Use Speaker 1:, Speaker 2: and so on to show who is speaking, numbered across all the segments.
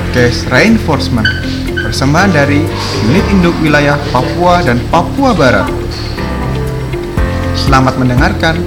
Speaker 1: podcast Reinforcement, persembahan dari Unit Induk Wilayah Papua dan Papua Barat. Selamat mendengarkan.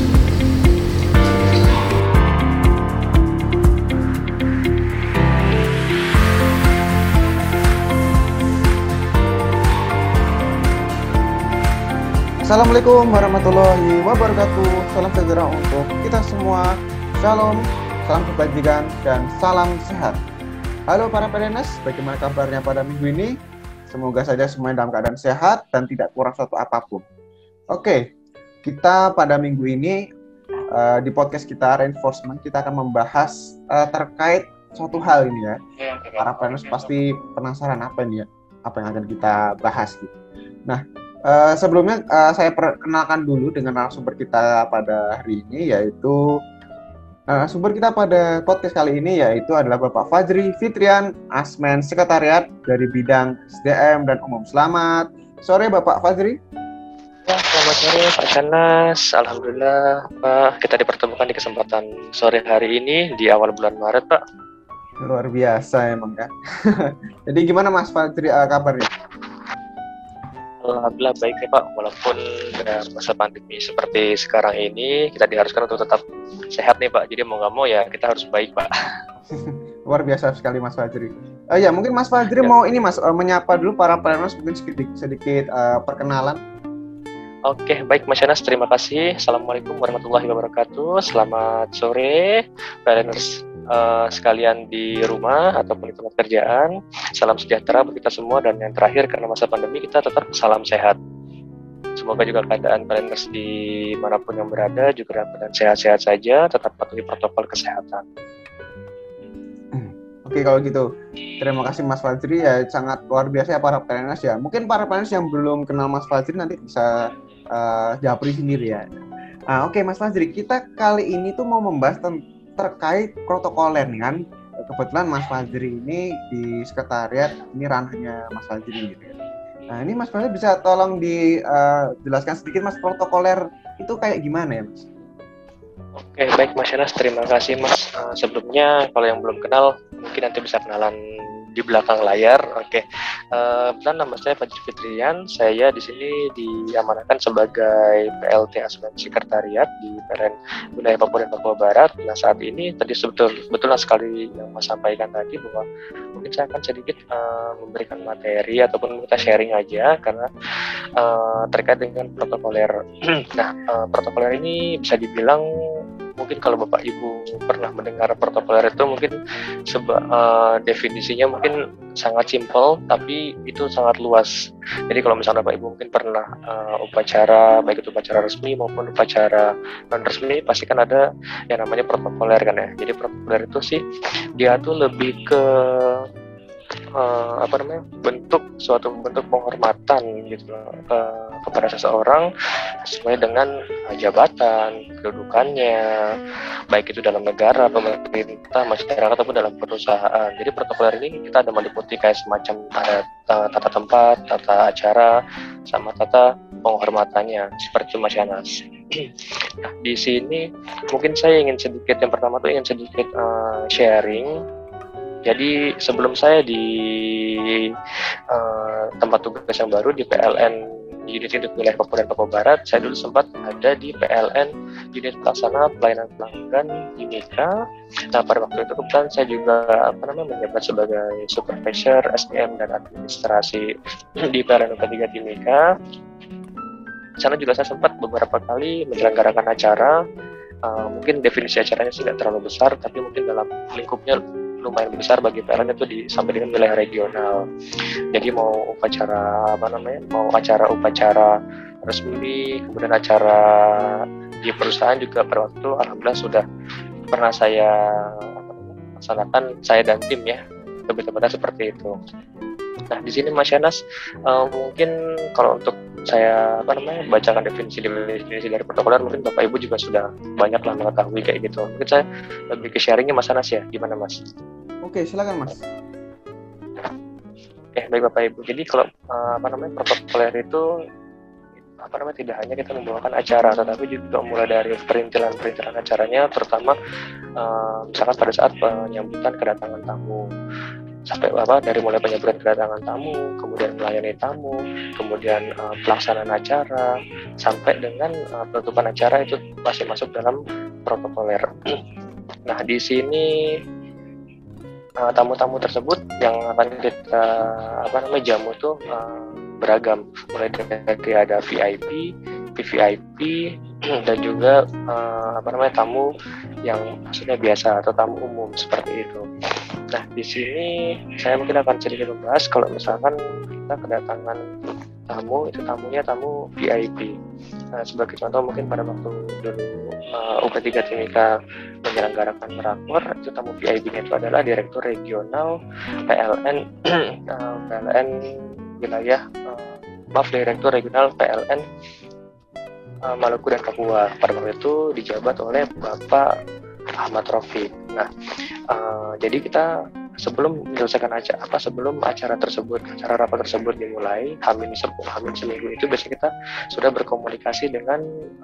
Speaker 1: Assalamualaikum warahmatullahi wabarakatuh. Salam sejahtera untuk kita semua. Shalom, salam kebajikan, dan salam sehat. Halo para PNS, bagaimana kabarnya pada minggu ini? Semoga saja semuanya dalam keadaan sehat dan tidak kurang suatu apapun. Oke, kita pada minggu ini di podcast kita Reinforcement, kita akan membahas terkait suatu hal ini ya. Para PNS pasti penasaran apa ini ya, apa yang akan kita bahas gitu. Nah, sebelumnya saya perkenalkan dulu dengan narasumber kita pada hari ini, yaitu sumber kita pada podcast kali ini yaitu adalah Bapak Fajri Fitrian, Asmen Sekretariat dari bidang SDM dan Umum. Selamat sore Bapak Fajri.
Speaker 2: Ya, selamat sore Pak Canas. Alhamdulillah Pak, kita dipertemukan di kesempatan sore hari ini di awal bulan Maret Pak.
Speaker 1: Luar biasa emang ya. Jadi gimana Mas Fajri kabarnya?
Speaker 2: Alhamdulillah baik nih Pak, walaupun dengan masa pandemi seperti sekarang ini kita diharuskan untuk tetap sehat nih Pak, jadi mau nggak mau ya kita harus baik Pak.
Speaker 1: Luar biasa sekali Mas Fajri. Ya mungkin Mas Fajri mau ini Mas menyapa dulu para PNS, mungkin sedikit perkenalan.
Speaker 2: Oke, baik Mas Yanas, terima kasih. Assalamualaikum warahmatullahi wabarakatuh. Selamat sore PNS sekalian di rumah ataupun di tempat kerjaan. Salam sejahtera bagi kita semua, dan yang terakhir karena masa pandemi kita tetap salam sehat. Semoga juga keadaan PNS di manapun yang berada juga dalam keadaan sehat-sehat saja, tetap patuhi protokol kesehatan.
Speaker 1: Oke, kalau gitu terima kasih Mas Fajri ya, sangat luar biasa ya para PNS ya. Mungkin para PNS yang belum kenal Mas Fajri nanti bisa japri sendiri ya. Oke Mas Fajri, kita kali ini tuh mau membahas terkait protokoler nih kan. Kebetulan Mas Fajri ini di sekretariat, ini ranahnya Mas Fajri gitu ya. Nah ini Mas Fajri bisa tolong dijelaskan sedikit Mas, protokoler itu kayak gimana ya Mas?
Speaker 2: Oke, baik Mas Yanas, terima kasih Mas. Sebelumnya kalau yang belum kenal mungkin nanti bisa kenalan di belakang layar. Oke, dan nama saya Fajri Fitrian. Saya di sini diamanahkan sebagai PLT Asmen Sekretariat di PLN Wilayah Papua dan Papua Barat. Nah saat ini tadi sebetulnya sekali yang Mas sampaikan tadi bahwa mungkin saya akan sedikit memberikan materi ataupun kita sharing aja karena terkait dengan protokoler. Nah, protokoler ini bisa dibilang mungkin kalau Bapak Ibu pernah mendengar protokoler itu mungkin definisinya mungkin sangat simpel tapi itu sangat luas. Jadi kalau misalnya Bapak Ibu mungkin pernah upacara, baik itu upacara resmi maupun upacara non resmi, pasti kan ada yang namanya protokoler kan ya. Jadi protokoler itu sih dia tuh lebih ke suatu bentuk penghormatan gitu kepada seseorang sesuai dengan jabatan, kedudukannya, baik itu dalam negara, pemerintah, masyarakat ataupun dalam perusahaan. Jadi protokoler ini kita ada meliputi kayak semacam ada tata tempat, tata acara, sama tata penghormatannya seperti itu Mas Yanas. Nah, di sini mungkin saya ingin sedikit, yang pertama tuh ingin sedikit sharing. Jadi sebelum saya di tempat tugas yang baru di PLN Unit Induk Wilayah Papua dan Papua Barat, saya dulu sempat ada di PLN Unit Pelaksana Pelayanan Pelanggan Timika. Nah pada waktu itu kebetulan saya juga menjabat sebagai Supervisor SDM dan Administrasi di PLN UP3 Timika. Di sana juga saya sempat beberapa kali menyelenggarakan acara. Mungkin definisi acaranya tidak terlalu besar, tapi mungkin dalam lingkupnya lumayan besar bagi PLN itu sampai dengan wilayah regional. Jadi mau upacara resmi, kemudian acara di perusahaan juga pada waktu itu alhamdulillah sudah pernah saya laksanakan, saya dan tim ya, lebih tepatnya seperti itu. Nah di sini Mas Yanas, mungkin kalau untuk saya bacakan definisi dari protokoler, mungkin Bapak Ibu juga sudah banyak lah mengetahui kayak gitu. Mungkin saya lebih ke sharingnya Mas Yanas ya, gimana Mas?
Speaker 1: Oke, silakan Mas.
Speaker 2: Oke, baik Bapak Ibu. Jadi kalau protokoler itu tidak hanya kita membawakan acara, tetapi juga mulai dari perintilan acaranya, terutama misalkan pada saat penyambutan kedatangan tamu. sampai dari mulai penyebutan kedatangan tamu, kemudian melayani tamu, kemudian pelaksanaan acara, sampai dengan penutupan acara itu masih masuk dalam protokoler. Nah, di sini tamu-tamu tersebut yang akan kita jamu tuh beragam, mulai dari ada VIP, VVIP, dan juga tamu yang maksudnya biasa atau tamu umum seperti itu. Nah, di sini saya mungkin akan sedikit membahas kalau misalkan kita kedatangan tamu, itu tamunya tamu VIP. Nah, sebagai contoh mungkin pada waktu dulu UP3 Timika menyelenggarakan merakor, itu tamu VIP-nya itu adalah Direktur Regional PLN PLN wilayah Direktur Regional PLN Maluku dan Papua. Pada waktu itu dijabat oleh Bapak Ahmad Rafiq. Nah, jadi kita sebelum menyelesaikan sebelum acara rapat tersebut dimulai, Hamin seminggu itu biasanya kita sudah berkomunikasi dengan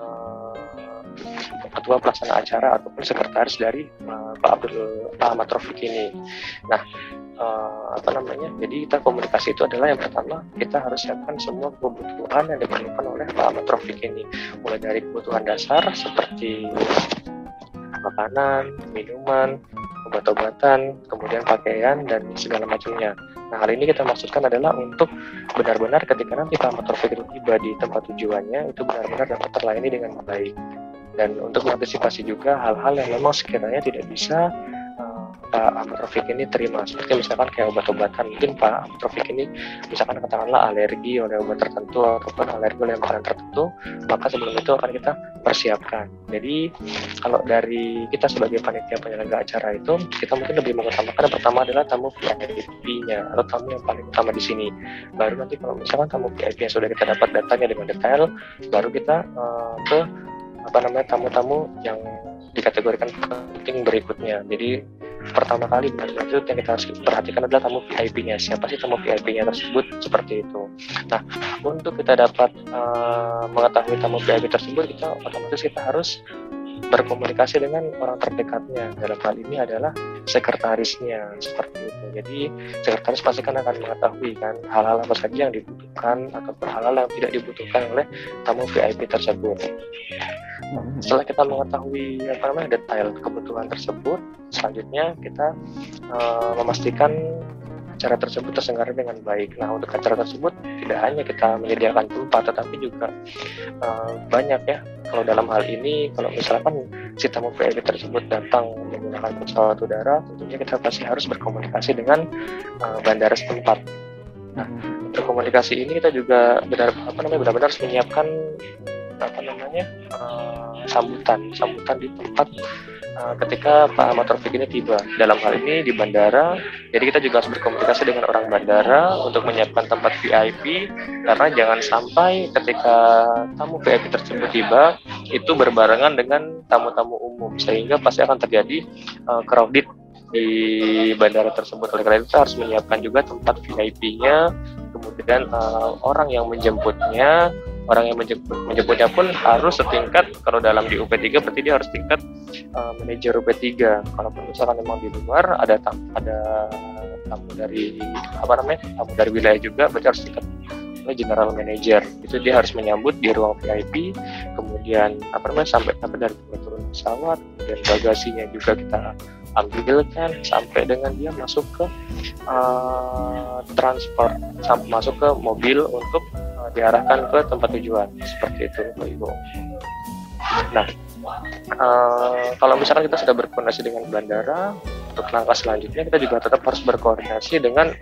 Speaker 2: ketua pelaksana acara ataupun sekretaris dari Pak Ahmad Rafiq ini. Nah, jadi kita komunikasi itu adalah yang pertama, kita harus siapkan semua kebutuhan yang diperlukan oleh Pak Ahmad Rafiq ini, mulai dari kebutuhan dasar seperti makanan, minuman, obat-obatan, kemudian pakaian, dan segala macamnya. Nah, hal ini kita maksudkan adalah untuk benar-benar ketika nanti Pak Ahmad Rafiq itu tiba di tempat tujuannya, itu benar-benar dapat terlayani dengan baik. Dan untuk mengantisipasi juga hal-hal yang memang sekiranya tidak bisa Pak Ahmad Rafiq ini terima, seperti misalkan kayak obat-obatan. Mungkin Pak Ahmad Rafiq ini misalkan katakanlah alergi oleh obat tertentu ataupun alergi oleh makanan tertentu, maka sebelum itu akan kita persiapkan. Jadi kalau dari kita sebagai panitia penyelenggara acara itu, kita mungkin lebih mengutamakan yang pertama adalah tamu VIP-nya atau tamu yang paling utama di sini. Baru nanti kalau misalkan tamu VIP yang sudah kita dapat datanya dengan detail, baru kita ke tamu-tamu yang dikategorikan penting berikutnya. Jadi pertama kali itu yang kita harus perhatikan adalah tamu VIP-nya. Siapa sih tamu VIP-nya tersebut, seperti itu. Nah, untuk kita dapat mengetahui tamu VIP tersebut, kita otomatis kita harus berkomunikasi dengan orang terdekatnya. Dalam hal ini adalah sekretarisnya, seperti itu. Jadi sekretaris pasti kan akan mengetahui kan hal-hal apa saja yang dibutuhkan ataupun hal-hal yang tidak dibutuhkan oleh tamu VIP tersebut. Setelah kita mengetahui detail kebutuhan tersebut, selanjutnya kita memastikan acara tersebut terselenggara dengan baik. Nah, untuk acara tersebut tidak hanya kita menyediakan tempat, tetapi juga banyak ya. Kalau dalam hal ini, kalau misalkan si tamu VIP tersebut datang menggunakan pesawat udara, tentunya kita pasti harus berkomunikasi dengan bandara setempat. Nah, untuk komunikasi ini kita juga benar-benar harus menyiapkan sambutan di tempat ketika Pak Ahmad Rafiq ini tiba. Dalam hal ini di bandara, jadi kita juga harus berkomunikasi dengan orang bandara untuk menyiapkan tempat VIP, karena jangan sampai ketika tamu VIP tersebut tiba itu berbarengan dengan tamu-tamu umum, sehingga pasti akan terjadi crowded di bandara tersebut. Oleh karena itu kita harus menyiapkan juga tempat VIP-nya, kemudian orang yang menjemputnya pun harus setingkat. Kalau dalam di UP3 berarti dia harus tingkat manajer UP3. Kalaupun misalkan memang di luar ada tamu dari tamu dari wilayah juga, berarti harus tingkat general manager. Itu dia harus menyambut di ruang VIP, kemudian sampai dari turun pesawat, kemudian bagasinya juga kita ambilkan sampai dengan dia masuk ke transport, sampai masuk ke mobil untuk diarahkan ke tempat tujuan, seperti itu Bapak Ibu. Nah, kalau misalkan kita sudah berkoordinasi dengan bandara, untuk langkah selanjutnya kita juga tetap harus berkoordinasi dengan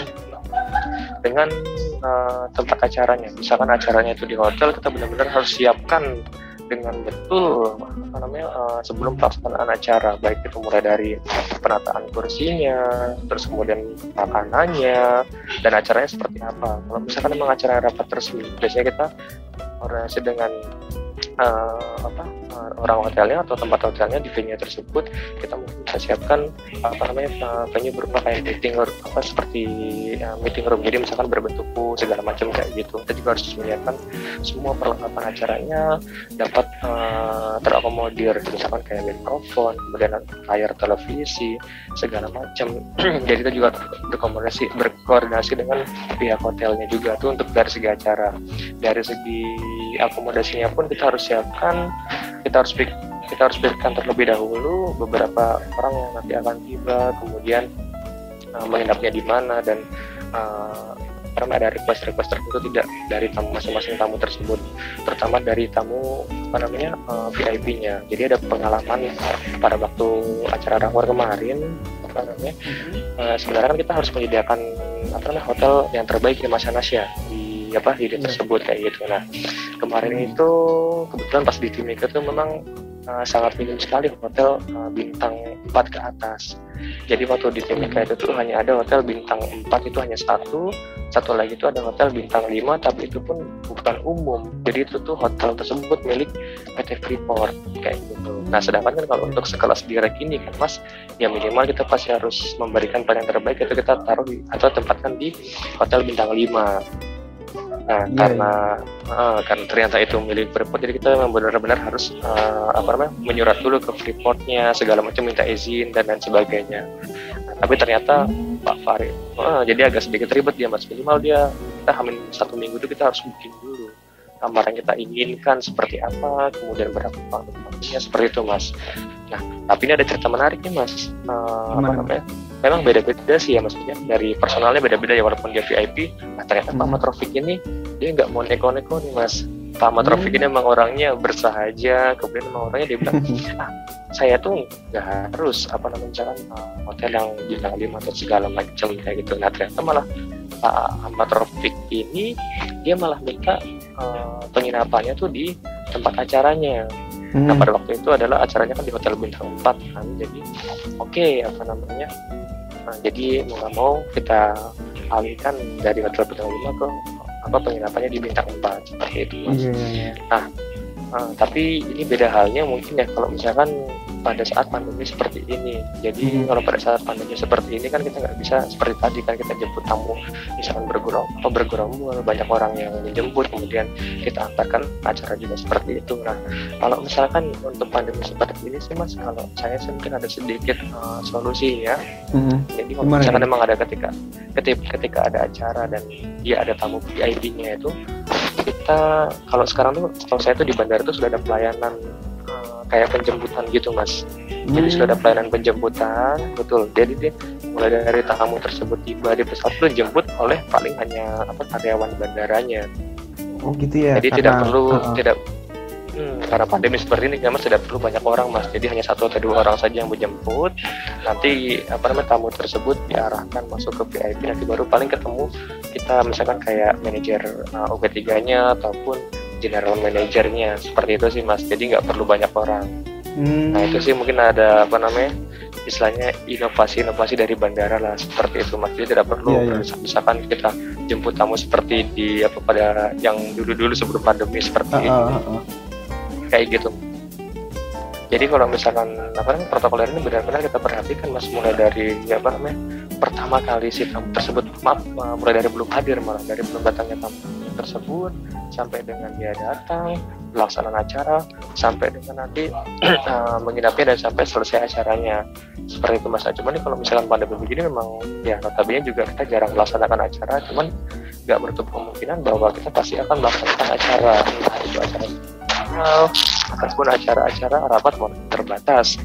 Speaker 2: tempat acaranya. Misalkan acaranya itu di hotel, kita benar-benar harus siapkan dengan betul sebelum pelaksanaan acara, baik itu mulai dari penataan kursinya, terus kemudian makanannya, dan acaranya seperti apa. Kalau misalkan memang acara rapat resmi, biasanya kita koordinasi dengan orang hotelnya atau tempat hotelnya di venue tersebut, kita mungkin bisa siapkan venue berupa kayak meeting room, seperti meeting room, jadi misalkan berbentuk segala macam kayak gitu. Kita juga harus menyiapkan semua perlengkapan acaranya dapat terakomodir, misalkan kayak mikrofon, kemudian layar televisi segala macam. Jadi kita juga berkoordinasi dengan pihak hotelnya juga tuh untuk dari segi acara. Dari segi akomodasinya pun kita harus siapkan, kita harus pikirkan terlebih dahulu beberapa orang yang nanti akan tiba, kemudian menginapnya di mana, dan karena ada request tertentu tidak dari masing-masing tamu tersebut, terutama dari tamu VIP-nya. Jadi ada pengalaman pada waktu acara Rangwar kemarin, sebenarnya kan kita harus menyediakan hotel yang terbaik di Mas Anas ya, di tersebut kayak gitu. Nah, kemarin itu kebetulan pas di Timika itu memang sangat minim sekali hotel bintang 4 ke atas. Jadi waktu di Timika itu tuh hanya ada hotel bintang 4 itu hanya satu lagi itu ada hotel bintang 5, tapi itu pun bukan umum. Jadi itu tuh hotel tersebut milik PT Freeport kayak gitu. Nah, sedangkan kan kalau untuk sekelas direct ini kan Mas, ya minimal kita pasti harus memberikan paling terbaik, itu kita taruh atau tempatkan di hotel bintang 5. Nah, karena ternyata itu milik Freeport, jadi kita memang benar-benar harus menyurat dulu ke Freeportnya segala macam, minta izin dan lain sebagainya. Nah, tapi ternyata Pak Farid jadi agak sedikit ribet dia Mas, minimal kita hamil 1 minggu itu kita harus booking dulu kamar yang kita inginkan seperti apa, kemudian berapa tempatnya, seperti itu Mas. Nah, tapi ini ada cerita menarik nih Mas. Memang beda-beda sih ya, maksudnya dari personalnya beda-beda ya, walaupun dia VIP. Nah, ternyata Pak Matrofik ini dia nggak mau neko-neko nih Mas. Pak Matrofik ini emang orangnya bersahaja, kemudian emang orangnya dia bilang, saya tuh nggak harus misalkan hotel yang bintang 5 atau segala macam kayak gitu. Nah, ternyata malah Pak Matrofik ini dia malah minta penginapannya tuh di tempat acaranya. Nah, pada waktu itu adalah acaranya kan di hotel bintang 4 kan. Jadi jadi mau nggak mau kita alihkan dari hotel bintang 5 ke penginapannya di bintang 4 seperti itu Mas. Nah, tapi ini beda halnya mungkin ya kalau misalkan pada saat pandemi seperti ini. Jadi kalau pada saat pandemi seperti ini kan kita nggak bisa seperti tadi kan kita jemput tamu misalkan bergerombol banyak orang yang menjemput, kemudian kita antarkan acara juga seperti itu. Nah, kalau misalkan untuk pandemi seperti ini sih Mas, kalau saya sih mungkin ada sedikit solusi ya. Jadi kalau misalkan memang ada ketika ada acara dan dia ada tamu VIP-nya itu, kita kalau sekarang tuh kalau saya tuh di bandara itu sudah ada pelayanan kayak penjemputan gitu Mas. Jadi sudah ada pelayanan penjemputan, betul. Jadi dia mulai dari tamu tersebut tiba di pesawat itu dijemput oleh paling hanya karyawan bandaranya.
Speaker 1: Oh gitu ya.
Speaker 2: Jadi tidak perlu karena pandemi seperti ini Mas, tidak perlu banyak orang Mas. Jadi hanya 1 atau 2 orang saja yang menjemput. Nanti tamu tersebut diarahkan masuk ke VIP, nanti baru paling ketemu kita misalkan kayak manajer UP3-nya ataupun general manajernya, seperti itu sih Mas. Jadi nggak perlu banyak orang. Nah, itu sih mungkin ada istilahnya inovasi dari bandara lah, seperti itu Mas. Jadi tidak perlu misalkan kita jemput tamu seperti di pada yang dulu sebelum pandemi seperti ini. Kayak gitu. Jadi kalau misalkan protokoler ini benar-benar kita perhatikan Mas, mulai dari pertama kali si tamu tersebut mulai dari belum hadir, malah dari belum datangnya tamu tersebut sampai dengan dia datang, pelaksanaan acara, sampai dengan nanti menginapnya dan sampai selesai acaranya, seperti itu Mas. Cuman kalau misalkan pandemi begini memang ya notabene juga kita jarang melaksanakan acara, cuman nggak menutup kemungkinan bahwa kita pasti akan melaksanakan acara, entah itu acara ataupun acara-acara rapat terbatas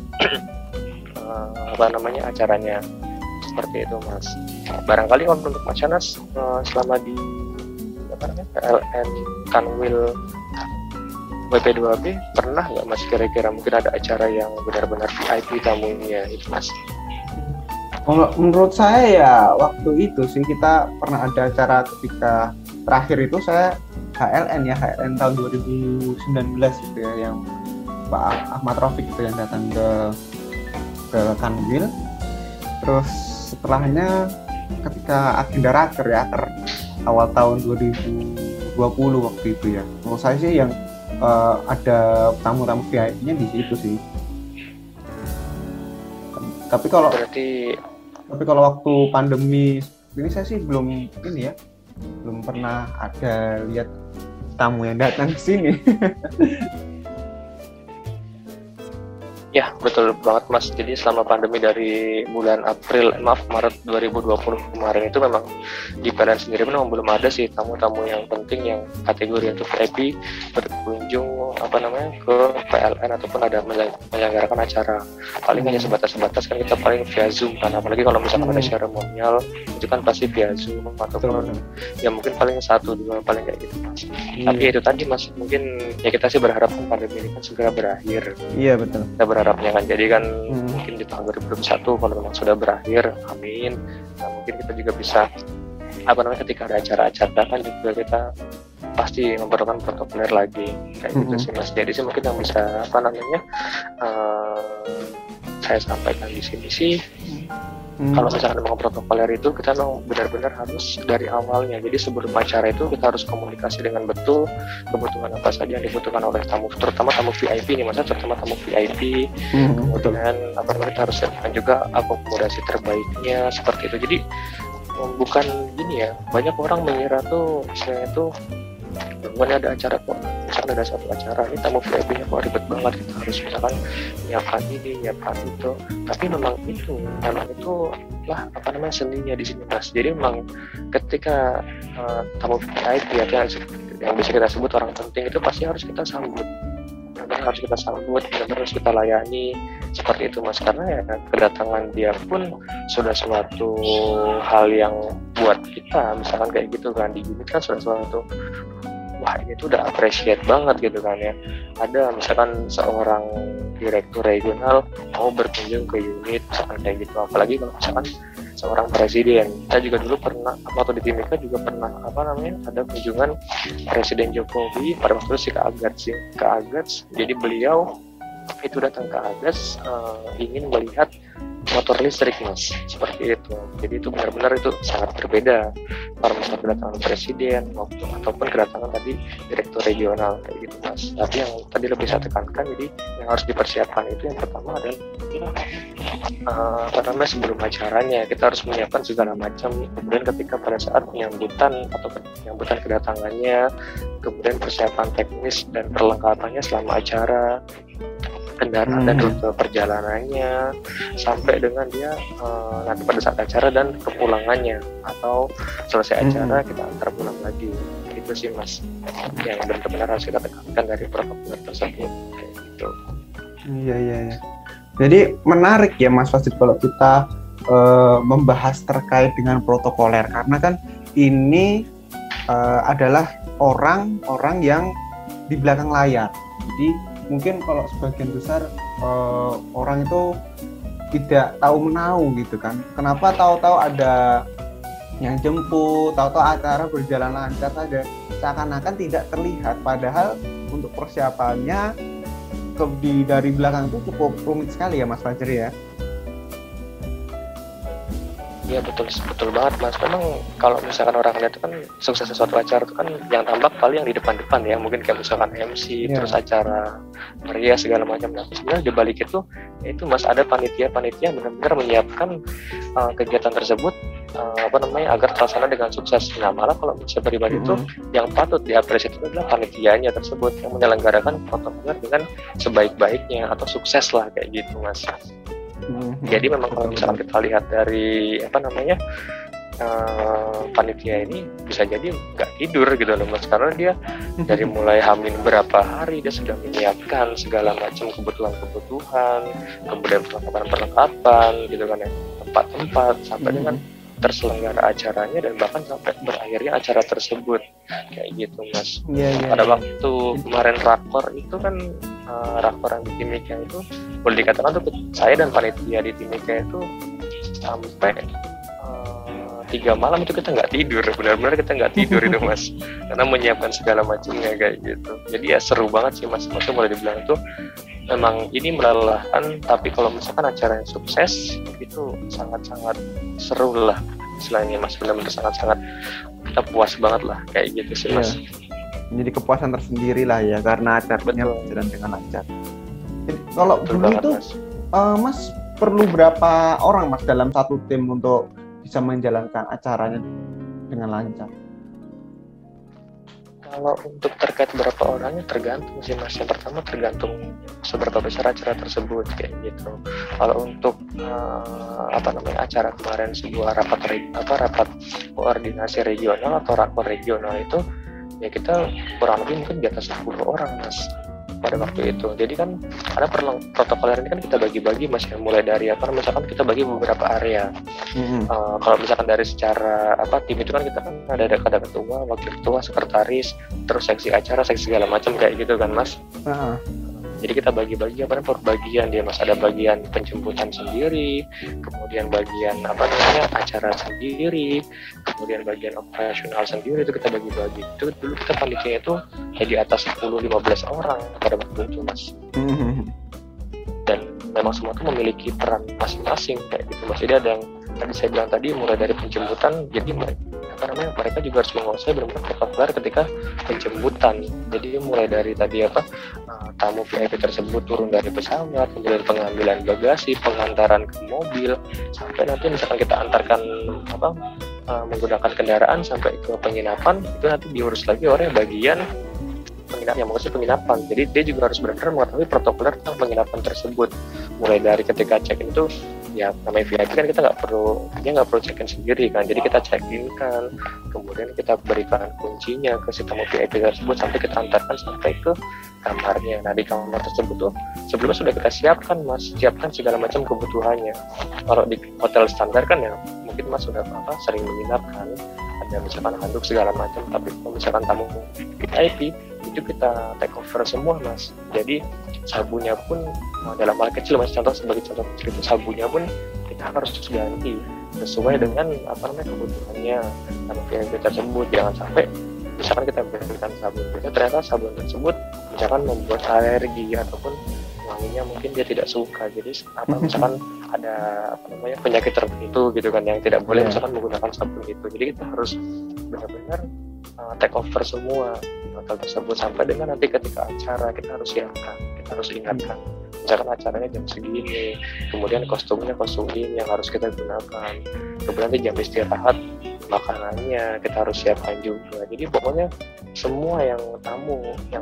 Speaker 2: acaranya, seperti itu Mas. Barangkali untuk Mas Anas selama di PLN Kanwil WP2B pernah nggak Mas kira-kira mungkin ada acara yang benar-benar VIP tamunya itu Mas?
Speaker 1: Kalau menurut saya ya waktu itu sih kita pernah ada acara ketika terakhir itu saya HLN tahun 2019 gitu ya, yang Pak Ahmad Rafiq itu yang datang ke Kanwil. Terus setelahnya ketika agenda raker awal tahun 2020 waktu itu ya, menurut saya sih yang ada tamu-tamu VIP-nya di situ sih. Tapi kalau waktu pandemi ini saya sih belum pernah ada lihat tamu yang datang ke sini.
Speaker 2: Ya, betul banget Mas. Jadi selama pandemi dari bulan Maret 2020 kemarin itu memang di PLN sendiri memang belum ada sih tamu-tamu yang penting yang kategori untuk VIP berkunjung ke PLN ataupun ada menyelenggarakan acara. Paling hanya sebatas kan kita paling via Zoom kan. Apalagi kalau misalkan ada seremonial itu kan pasti via Zoom ataupun ya mungkin paling 1-2 paling kayak gitu Mas. Tapi itu tadi Mas, mungkin ya kita sih berharap pandemi ini kan segera berakhir.
Speaker 1: Iya betul.
Speaker 2: Kita berharapnya kan, jadi kan mungkin di tahun 2021 kalau memang sudah berakhir, amin. Nah mungkin kita juga bisa ketika ada acara-acara kan juga kita pasti memerlukan protokoler lagi kayak gitu sih Mas. Jadi sih mungkin yang bisa saya sampaikan di sini sih kalau misalkan memang protokoler itu kita memang benar-benar harus dari awalnya. Jadi sebelum acara itu kita harus komunikasi dengan betul kebutuhan apa saja yang dibutuhkan oleh tamu, terutama tamu VIP nih Mas, terutama tamu VIP. Kemudian kita harus siapkan juga akomodasi terbaiknya seperti itu. Jadi bukan gini ya, banyak orang mengira tuh istilahnya tuh bukannya ada acara kok, misalkan ada satu acara ini tamu VIP-nya kok ribet banget, kita harus misalkan nyiapkan ini, nyiapkan itu. Tapi memang itu lah seninya di sini Mas. Jadi memang ketika tamu VIP yang bisa kita sebut orang penting itu pasti harus kita sambut, harus kita layani seperti itu Mas. Karena ya kedatangan dia pun sudah suatu hal yang buat kita misalkan kayak gitu kan, di unit kan sudah suatu wah ini tuh udah appreciate banget gitu kan ya. Ada misalkan seorang direktur regional mau berkunjung ke unit misalkan kayak gitu, apalagi kalau misalkan seorang presiden. Saya juga dulu pernah waktu di Timika juga pernah ada kunjungan Presiden Jokowi pada waktu itu ke Agats. Jadi beliau itu datang ke Agats ingin melihat motor listrik Mas, seperti itu. Jadi itu benar-benar itu sangat berbeda kalau misalnya kedatangan presiden ataupun kedatangan tadi direktur regional kayak gitu Mas. Tapi yang tadi lebih saya tekankan, jadi yang harus dipersiapkan itu yang pertama adalah sebelum acaranya kita harus menyiapkan segala macam. Kemudian ketika pada saat penyambutan kedatangannya, kemudian persiapan teknis dan perlengkapannya selama acara, kendaraan dan rute perjalanannya sampai dengan dia nanti pada saat acara dan kepulangannya atau selesai acara kita antar pulang lagi. Itu sih Mas yang benar-benar harus kita tekankan dari protokol tersebut kayak gitu.
Speaker 1: Iya. Jadi menarik ya Mas Fasid kalau kita membahas terkait dengan protokoler, karena kan ini adalah orang-orang yang di belakang layar. Jadi mungkin kalau sebagian besar orang itu tidak tahu menahu gitu kan. Kenapa tahu-tahu ada yang jemput, tahu-tahu acara berjalan lancar saja, seakan-akan tidak terlihat. Padahal untuk persiapannya dari belakang itu cukup rumit sekali ya Mas Fajri ya.
Speaker 2: Iya betul banget Mas. Memang kalau misalkan orang lihat itu kan sukses sesuatu acara itu kan yang tampak paling yang di depan ya, mungkin kayak misalkan MC terus acara meriah segala macam. Tapi sebenarnya di balik itu Mas ada panitia benar-benar menyiapkan kegiatan tersebut agar terlaksana dengan sukses. Nah malah kalau saya pribadi itu yang patut diapresiasi itu adalah panitianya tersebut yang menyelenggarakan protokoler dengan sebaik-baiknya atau sukses lah kayak gitu Mas. Jadi memang kalau misalkan kita lihat dari panitia ini bisa jadi nggak tidur gitu loh Mas, karena dia dari mulai Hamin berapa hari dia sudah menyiapkan segala macam kebutuhan, kemudian perlengkapan gitu kan ya, tempat-tempat sampai dengan terselenggara acaranya dan bahkan sampai berakhirnya acara tersebut kayak gitu Mas. Pada waktu kemarin rakor itu kan rakor yang di Timika itu boleh dikatakan tuh saya dan panitia di Timika itu sampai 3 malam itu kita nggak tidur, benar-benar kita nggak tidur itu Mas, karena menyiapkan segala macamnya kayak gitu. Jadi ya seru banget sih Mas, maksudnya boleh dibilang itu memang ini melelahkan, tapi kalau misalkan acara yang sukses itu sangat-sangat seru lah istilahnya Mas, benar-benar sangat-sangat kita puas banget lah kayak gitu sih Mas.
Speaker 1: menjadi kepuasan tersendiri lah ya karena acaranya berjalan dengan lancar. Jadi, kalau dulu itu Mas perlu berapa orang Mas dalam satu tim untuk bisa menjalankan acaranya dengan lancar?
Speaker 2: Kalau untuk terkait berapa orangnya tergantung sih Mas. Yang pertama tergantung seberapa besar acara tersebut kayak gitu. Kalau untuk acara kemarin sebuah rapat koordinasi regional atau rakor regional itu ya kita kurang lebih mungkin di atas 10 orang Mas pada waktu itu. Jadi kan karena protokoler ini kan kita bagi-bagi Mas, mulai dari misalkan kita bagi beberapa area. Kalau misalkan dari secara tim itu kan kita kan ada ketua, wakil ketua, sekretaris, terus seksi acara, seksi segala macam kayak gitu kan Mas. Jadi kita bagi-bagi per bagian dia Mas, ada bagian penjemputan sendiri, kemudian bagian acara sendiri, kemudian bagian operasional sendiri, itu kita bagi-bagi. Itu dulu kita panitia itu di atas 10-15 orang pada waktu itu Mas. Dan memang semua itu memiliki peran masing-masing kayak gitu Mas. Jadi ada yang tadi saya bilang tadi mulai dari penjemputan, jadi mereka juga harus menguasai benar-benar protokoler ketika penjemputan. Jadi mulai dari tadi tamu VIP tersebut turun dari pesawat, kemudian pengambilan bagasi, pengantaran ke mobil, sampai nanti misalkan kita antarkan menggunakan kendaraan sampai ke penginapan, itu nanti diurus lagi oleh bagian penginapan. Jadi dia juga harus benar-benar mengetahui protokoler tentang penginapan tersebut. Mulai dari ketika check-in itu ya namanya VIP kan dia nggak perlu check-in sendiri kan. Jadi kita check-in kan, kemudian kita berikan kuncinya ke si tamu VIP tersebut sampai kita antarkan sampai ke kamarnya. Nah di kamar tersebut tuh sebelumnya sudah kita siapkan segala macam kebutuhannya. Kalau di hotel standar kan ya mungkin Mas sudah sering menginap kan, ada misalkan handuk segala macam. Tapi kalau misalkan tamu VIP itu kita take over semua Mas. Jadi sabunnya pun dalam hal kecil Mas, sebagai contoh kecil itu sabunnya pun kita harus ganti sesuai dengan kebutuhannya sama VIP tersebut. Jangan sampai misalkan kita berikan sabun kita ternyata sabun tersebut misalkan membuat alergi ataupun wanginya mungkin dia tidak suka. Jadi misalkan ada penyakit tertentu gitu kan yang tidak boleh misalkan menggunakan sabun itu. Jadi kita harus benar-benar take over semua di hotel tersebut sampai dengan nanti ketika acara kita harus siapkan, kita harus ingatkan misalkan acaranya jam segini, kemudian kostumnya kostum ini yang harus kita gunakan, kemudian nanti jam istirahat makanannya kita harus siapkan juga. Jadi pokoknya semua yang tamu yang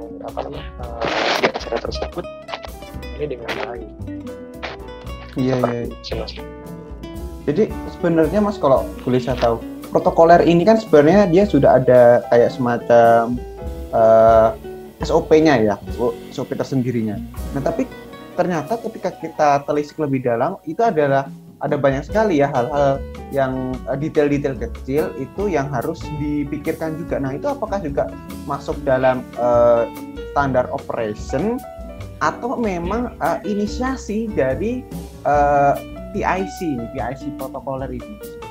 Speaker 2: di acara tersebut ini dengan baik.
Speaker 1: Iya. Jadi sebenarnya Mas kalau boleh saya tahu, protokoler ini kan sebenarnya dia sudah ada kayak semacam SOP-nya ya, SOP tersendirinya. Nah tapi ternyata ketika kita telisik lebih dalam itu ada banyak sekali ya hal-hal yang detail-detail kecil itu yang harus dipikirkan juga. Nah itu apakah juga masuk dalam standar operation atau memang inisiasi dari PIC protokoler ini?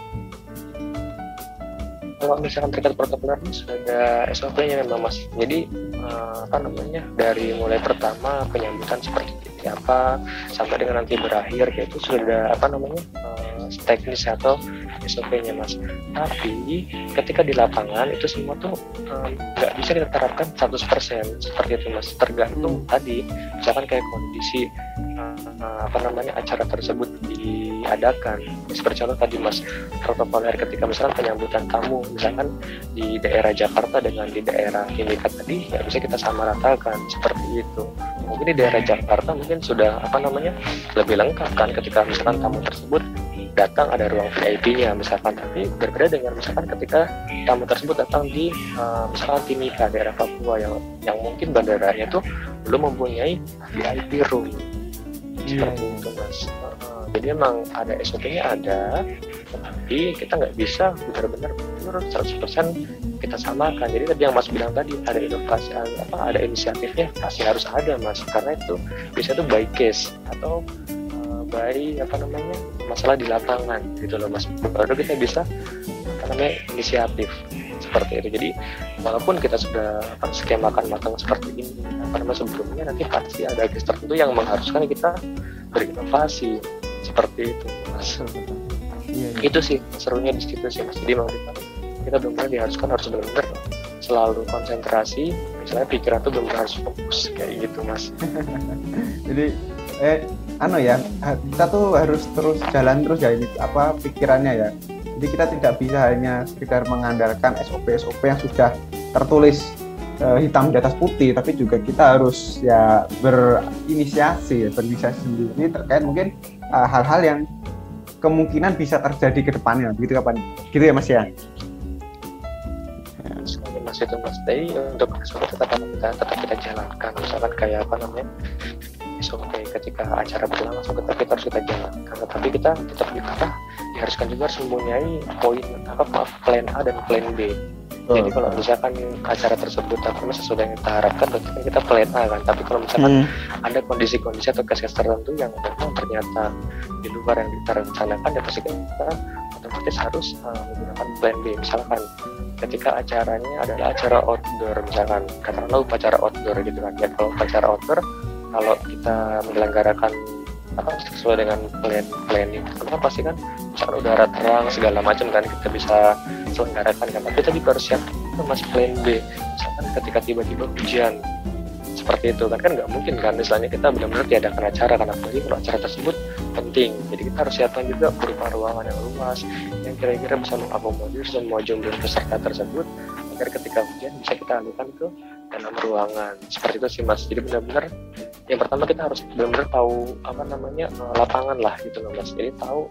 Speaker 2: Kalau misalkan terkait protokoler ini sudah ada SOP-nya memang Mas. Jadi dari mulai pertama penyambutan seperti apa sampai dengan nanti berakhir yaitu sudah ada teknis atau SOP-nya Mas. Tapi ketika di lapangan itu semua tuh nggak bisa kita terapkan 100% seperti itu Mas. Tergantung tadi misalkan kayak kondisi acara tersebut diadakan. Seperti contoh tadi Mas, protokoler ketika misalkan penyambutan tamu misalkan di daerah Jakarta dengan di daerah Timika tadi ya bisa kita samaratakan seperti itu. Mungkin di daerah Jakarta mungkin sudah lebih lengkap kan ketika misalkan tamu tersebut datang ada ruang VIP-nya misalkan, tapi berbeda dengan misalkan ketika tamu tersebut datang di misalkan Timika daerah Papua yang mungkin bandaranya tuh belum mempunyai VIP room seperti itu Mas. Jadi emang ada SOP-nya ada, tapi kita nggak bisa benar-benar 100% kita samakan. Jadi tadi yang Mas bilang tadi ada inovasi, ada inisiatifnya pasti harus ada Mas, karena itu bisa tuh by case atau by masalah di lapangan gitu loh Mas. Baru kita bisa inisiatif seperti itu. Jadi walaupun kita sudah skemakan matang seperti ini, sebelumnya nanti pasti ada case tertentu yang mengharuskan kita berinovasi seperti itu Mas. Itu sih serunya di situ sih Mas. Jadi kita benar-benar diharuskan harus benar-benar selalu konsentrasi, misalnya pikiran tuh benar harus fokus kayak gitu Mas.
Speaker 1: Jadi kita tuh harus terus jalan terus ya ini pikirannya ya. Jadi kita tidak bisa hanya sekedar mengandalkan SOP yang sudah tertulis hitam di atas putih, tapi juga kita harus ya berinisiasi sendiri. Ini terkait mungkin hal-hal yang kemungkinan bisa terjadi ke depannya, gitu ya Mas ya.
Speaker 2: Sekali Mas itu Mas, tapi untuk SOP tetap kita jalankan, misalkan kayak SOP ketika acara berlangsung kita harus kita jalankan, tetapi kita tetap diharuskan juga harus mempunyai plan A dan plan B. Jadi kalau misalkan acara tersebut sesuai yang kita harapkan, berarti kan kita plan A kan. Tapi kalau misalkan ada kondisi-kondisi atau kes tertentu yang memang ternyata di luar yang kita rencanakan, ya pasti kita otomatis harus menggunakan plan B. Misalkan ketika acaranya adalah acara outdoor, misalkan katakanlah upacara outdoor gitu kan. Ya kalau upacara outdoor, kalau kita menyelenggarakan sesuai dengan planning, karena pasti kan misalkan udara terang segala macam kan kita bisa selenggarakan kan, tapi kita juga harus siap Mas plan B. Misalkan ketika tiba-tiba hujan seperti itu kan nggak mungkin kan, misalnya kita benar-benar tiadakan acara karena apalagi kalau acara tersebut penting. Jadi kita harus siapkan juga berupa ruangan yang luas yang kira-kira bisa mengakomodir semua jumlah peserta tersebut, agar ketika hujan bisa kita alihkan ke dalam ruangan. Seperti itu sih Mas. Jadi benar-benar yang pertama kita harus benar-benar tahu lapangan lah gitu loh Mas. Jadi tahu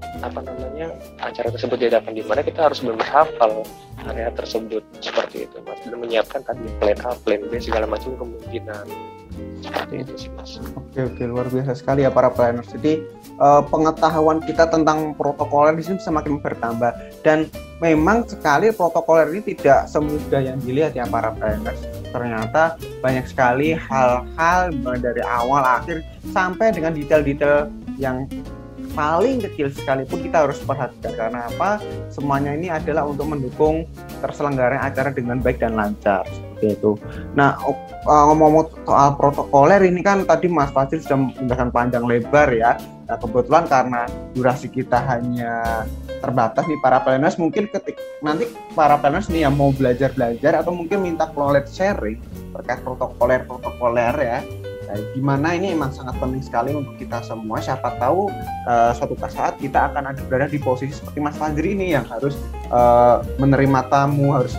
Speaker 2: acara tersebut diadakan di mana, kita harus benar-benar hafal area tersebut seperti itu Mas, dan menyiapkan tadi plan A, plan B segala macam kemungkinan. Seperti itu sih Mas.
Speaker 1: Oke, luar biasa sekali ya para planners. Jadi pengetahuan kita tentang protokoler di sini semakin bertambah, dan memang sekali protokoler ini tidak semudah yang dilihat ya para planners. Ternyata banyak sekali hal-hal dari awal akhir sampai dengan detail-detail yang paling kecil sekalipun kita harus perhatikan. Karena apa? Semuanya ini adalah untuk mendukung terselenggaranya acara dengan baik dan lancar seperti itu. Nah, ngomong soal protokoler ini kan tadi Mas Fadil sudah menjelaskan panjang lebar ya. Nah, kebetulan karena durasi kita hanya terbatas nih para planners, mungkin nanti para planners nih yang mau belajar atau mungkin minta knowledge sharing terkait protokoler ya. Nah, gimana ini memang sangat penting sekali untuk kita semua. Siapa tahu suatu saat kita akan berada di posisi seperti Mas Fadri ini yang harus menerima tamu, harus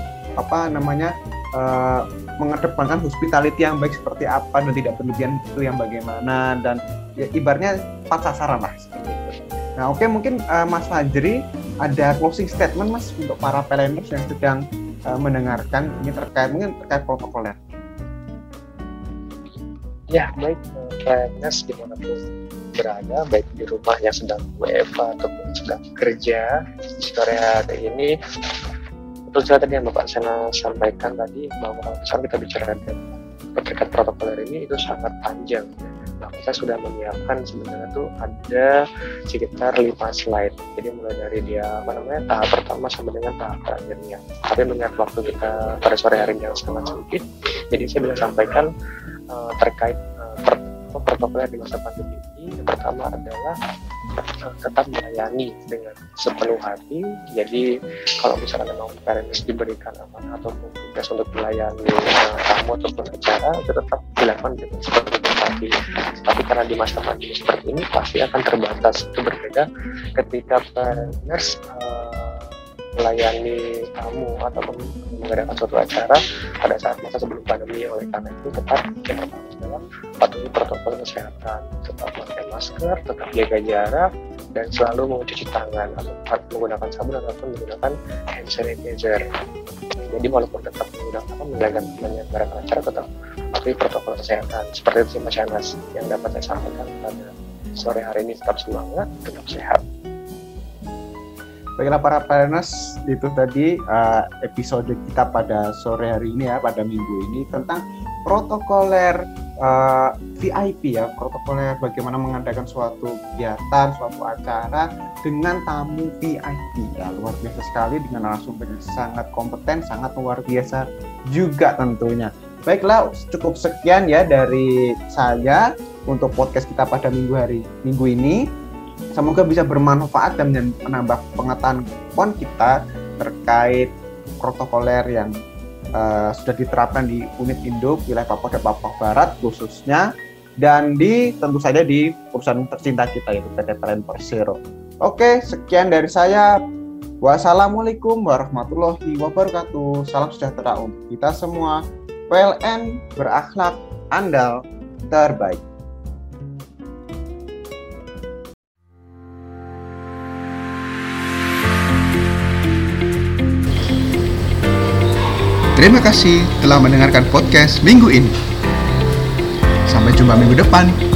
Speaker 1: mengedepankan hospitality yang baik seperti apa dan tidak berlebihan itu yang bagaimana, dan ya, ibaratnya tepat sasaran lah seperti itu. Nah, oke, mungkin Mas Fadri ada closing statement Mas untuk para planners yang sedang mendengarkan ini terkait protokoler.
Speaker 2: Ya, baik planners dimanapun berada, baik di rumah yang sedang WFH ataupun sedang kerja di sore hari ini, betul sekali tadi yang Bapak Sena sampaikan tadi, bahwa kalau misalnya kita bicara terkait protokoler ini itu sangat panjang. Nah, kita sudah menyiapkan sebenarnya tuh ada sekitar 5 slide. Jadi mulai dari tahap pertama sampai dengan tahap terakhirnya. Tapi mengingat waktu kita pada sore hari yang sangat sempit, jadi saya bisa sampaikan terkait protokoler di masa pandemi ini. Yang pertama adalah tetap melayani dengan sepenuh hati. Jadi kalau misalkan memang parents diberikan amanah ataupun tugas untuk melayani tamu ataupun acara, itu tetap dilakukan dengan sepenuh hati. Tapi karena di masa pandemi seperti ini pasti akan terbatas. Itu berbeda ketika parents melayani tamu ataupun mengadakan suatu acara pada saat masa sebelum pandemi. Oleh karena itu tetap yang pertama adalah patuhi protokol kesehatan, tetap memakai masker, tetap jaga jarak, dan selalu mencuci tangan atau menggunakan sabun ataupun menggunakan hand sanitizer. Jadi walaupun tetap menyelenggarakan acara, tetap patuhi protokol kesehatan. Seperti itu sih Mas Yanas yang dapat saya sampaikan pada sore hari ini. Tetap semangat, tetap sehat.
Speaker 1: Baiklah para planners, itu tadi episode kita pada sore hari ini ya, pada minggu ini tentang protokoler VIP ya, protokoler bagaimana mengadakan suatu kegiatan, suatu acara dengan tamu VIP ya, luar biasa sekali dengan narasumber yang sangat kompeten, sangat luar biasa juga tentunya. Baiklah, cukup sekian ya dari saya untuk podcast kita pada minggu ini. Semoga bisa bermanfaat dan menambah pengetahuan kita terkait protokoler yang sudah diterapkan di unit induk wilayah Papua dan Papua Barat khususnya, dan tentu saja di perusahaan tercinta kita yaitu PT Trend Persero. Oke, sekian dari saya. Wassalamualaikum warahmatullahi wabarakatuh. Salam sejahtera untuk kita semua. PLN berakhlak, andal, terbaik.
Speaker 3: Terima kasih telah mendengarkan podcast minggu ini. Sampai jumpa minggu depan.